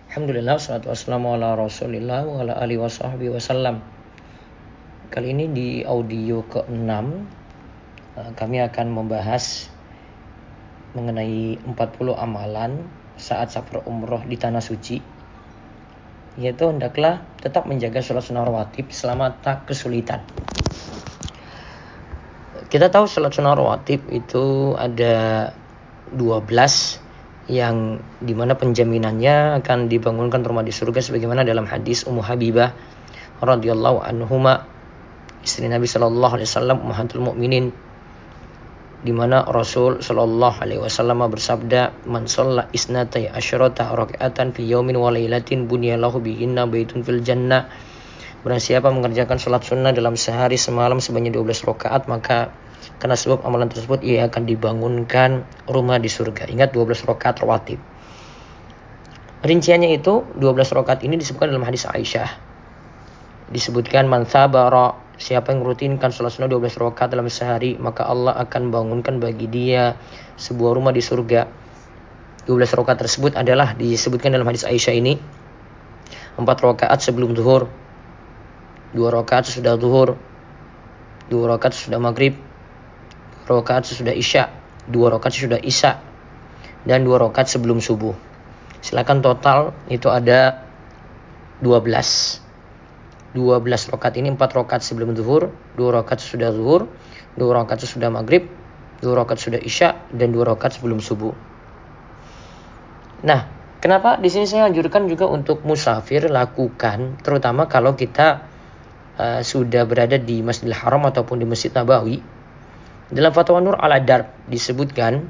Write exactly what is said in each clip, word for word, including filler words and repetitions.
Alhamdulillah, wassalatu wassalamu ala rasulillah wa ala alihi wa sahbihi wasallam. Kali ini di audio keenam kami akan membahas mengenai empat puluh amalan saat safar umroh di Tanah Suci, yaitu hendaklah tetap menjaga sholat sunnah rawatib selama tak kesulitan. Kita tahu sholat sunnah rawatib itu ada dua belas yang dimana penjaminannya akan dibangunkan rumah di surga, sebagaimana dalam hadis Ummu Habibah radhiyallahu anhuma, istri Nabi sallallahu alaihi wasallam, ummahatul mukminin, di mana Rasul sallallahu alaihi wasallam bersabda, "Man shalla isnatai asyrata raka'atan fi yaumin wa lailatin bunyalahu bihinna baitun fil jannah." Barang siapa mengerjakan salat sunnah dalam sehari semalam sebanyak dua belas rakaat, maka karena sebab amalan tersebut ia akan dibangunkan rumah di surga. Ingat, dua belas rakaat rawatib. Rinciannya itu dua belas rakaat ini disebutkan dalam hadis Aisyah. Disebutkan, man sabara, siapa yang rutinkan salat sunnah dua belas rakaat dalam sehari, maka Allah akan bangunkan bagi dia sebuah rumah di surga. dua belas rakaat tersebut adalah disebutkan dalam hadis Aisyah ini empat rakaat sebelum zuhur, dua rakaat sesudah zuhur, dua rakaat sesudah maghrib, dua rakaat sesudah isya, dua rakaat sesudah isya, dan dua rakaat sebelum subuh. Silakan total itu ada dua belas. dua belas rakaat ini empat rakaat sebelum zuhur, dua rakaat sesudah zuhur, dua rakaat sesudah maghrib, dua rakaat sesudah isya, dan dua rakaat sebelum subuh. Nah, kenapa di sini saya anjurkan juga untuk musafir lakukan, terutama kalau kita uh, sudah berada di Masjidil Haram ataupun di Masjid Nabawi. Dalam Fatwa Nur Al-Darb disebutkan,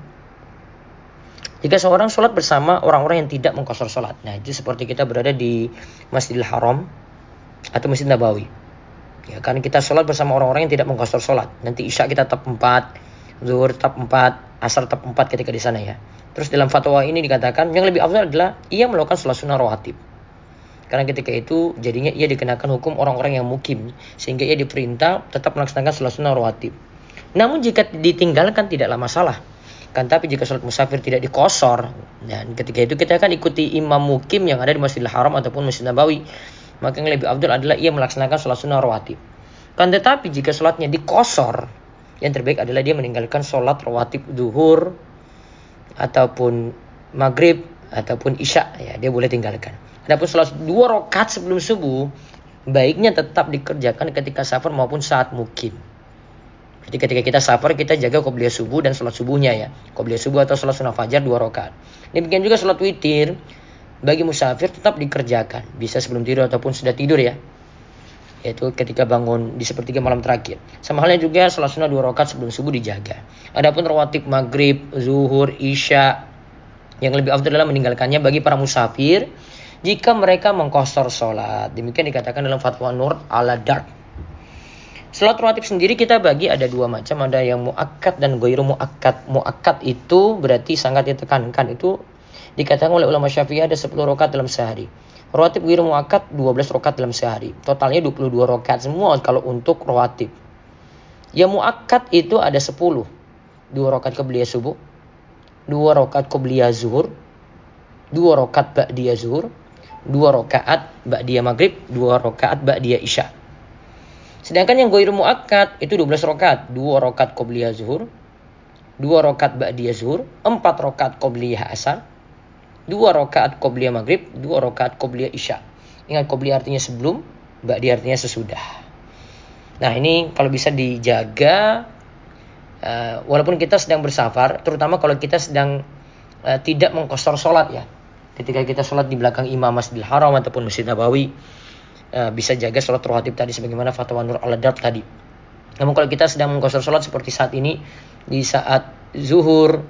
jika seorang sholat bersama orang-orang yang tidak mengqashar sholat, nah itu seperti kita berada di Masjidil Haram atau Masjid Nabawi, ya kan, kita sholat bersama orang-orang yang tidak mengqashar sholat. Nanti isya kita tetap empat, zuhur tetap empat, asar tetap empat ketika di sana, ya. Terus dalam fatwa ini dikatakan yang lebih afdal adalah ia melakukan sholat sunnah rawatib, karena ketika itu jadinya ia dikenakan hukum orang-orang yang mukim, sehingga ia diperintah tetap melaksanakan sholat sunnah rawatib. Namun jika ditinggalkan tidaklah masalah, kan, tapi jika sholat musafir tidak dikosor, dan ketika itu kita akan ikuti imam mukim yang ada di Masjidil Haram ataupun Masjid Nabawi, maka yang lebih afdal adalah ia melaksanakan sholat sunnah rawatib. Kan, tetapi jika sholatnya dikosor, yang terbaik adalah dia meninggalkan sholat rawatib zuhur ataupun maghrib ataupun isya, ya, dia boleh tinggalkan. Adapun sholat dua rakaat sebelum subuh, baiknya tetap dikerjakan ketika safar maupun saat mukim. Jadi ketika kita safar, kita jaga qobliyah subuh dan sholat subuhnya, ya. Qobliyah subuh atau sholat sunnah fajar dua rakaat. Demikian juga sholat witir bagi musafir tetap dikerjakan, bisa sebelum tidur ataupun sudah tidur, ya, yaitu ketika bangun di sepertiga malam terakhir. Sama halnya juga sholat sunnah dua rakaat sebelum subuh dijaga. Adapun rawatib maghrib, zuhur, isya, yang lebih afdal adalah meninggalkannya bagi para musafir jika mereka mengqashar sholat. Demikian dikatakan dalam Fatwa Nur Al-Darb. Salat rawatib sendiri kita bagi ada dua macam, ada yang muakkad dan ghairu muakkad. Muakkad itu berarti sangat ditekankan, itu dikatakan oleh ulama Syafi'i ada sepuluh rakaat dalam sehari. Rawatib ghairu muakkad dua belas rakaat dalam sehari. Totalnya dua puluh dua rakaat semua kalau untuk rawatib. Yang muakkad itu ada sepuluh. dua rakaat qabliyah subuh, dua rakaat qabliyah zuhur, dua rakaat ba'diyah zuhur, dua rakaat ba'diyah maghrib, dua rakaat ba'diyah isya. Sedangkan yang ghairu muakkad itu dua belas rakaat, dua rakaat qobliyah zuhur, dua rakaat ba'diyah zuhur, empat rakaat qobliyah asar, dua rakaat qobliyah maghrib, dua rakaat qobliyah isya. Ingat, qobliyah artinya sebelum, ba'diyah artinya sesudah. Nah, ini kalau bisa dijaga uh, walaupun kita sedang bersafar, terutama kalau kita sedang uh, tidak mengqashar sholat, ya. Ketika kita sholat di belakang imam Masjidil Haram ataupun Masjid Nabawi, Uh, bisa jaga sholat rawatib tadi sebagaimana Fatwa Nur Al-Darb tadi. Namun kalau kita sedang mengqashar sholat seperti saat ini, di saat zuhur,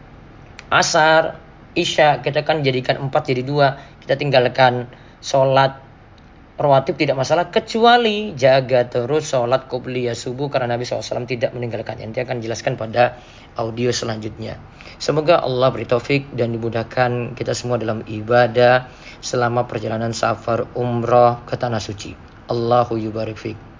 asar, isya, kita kan jadikan empat jadi dua, kita tinggalkan sholat rawatib tidak masalah, kecuali jaga terus sholat qobliyah subuh, karena Nabi shallallahu alaihi wasallam tidak meninggalkannya. Nanti akan jelaskan pada audio selanjutnya. Semoga Allah beri taufik dan dimudahkan kita semua dalam ibadah selama perjalanan safar umrah ke Tanah Suci. Allahu yubarik fik.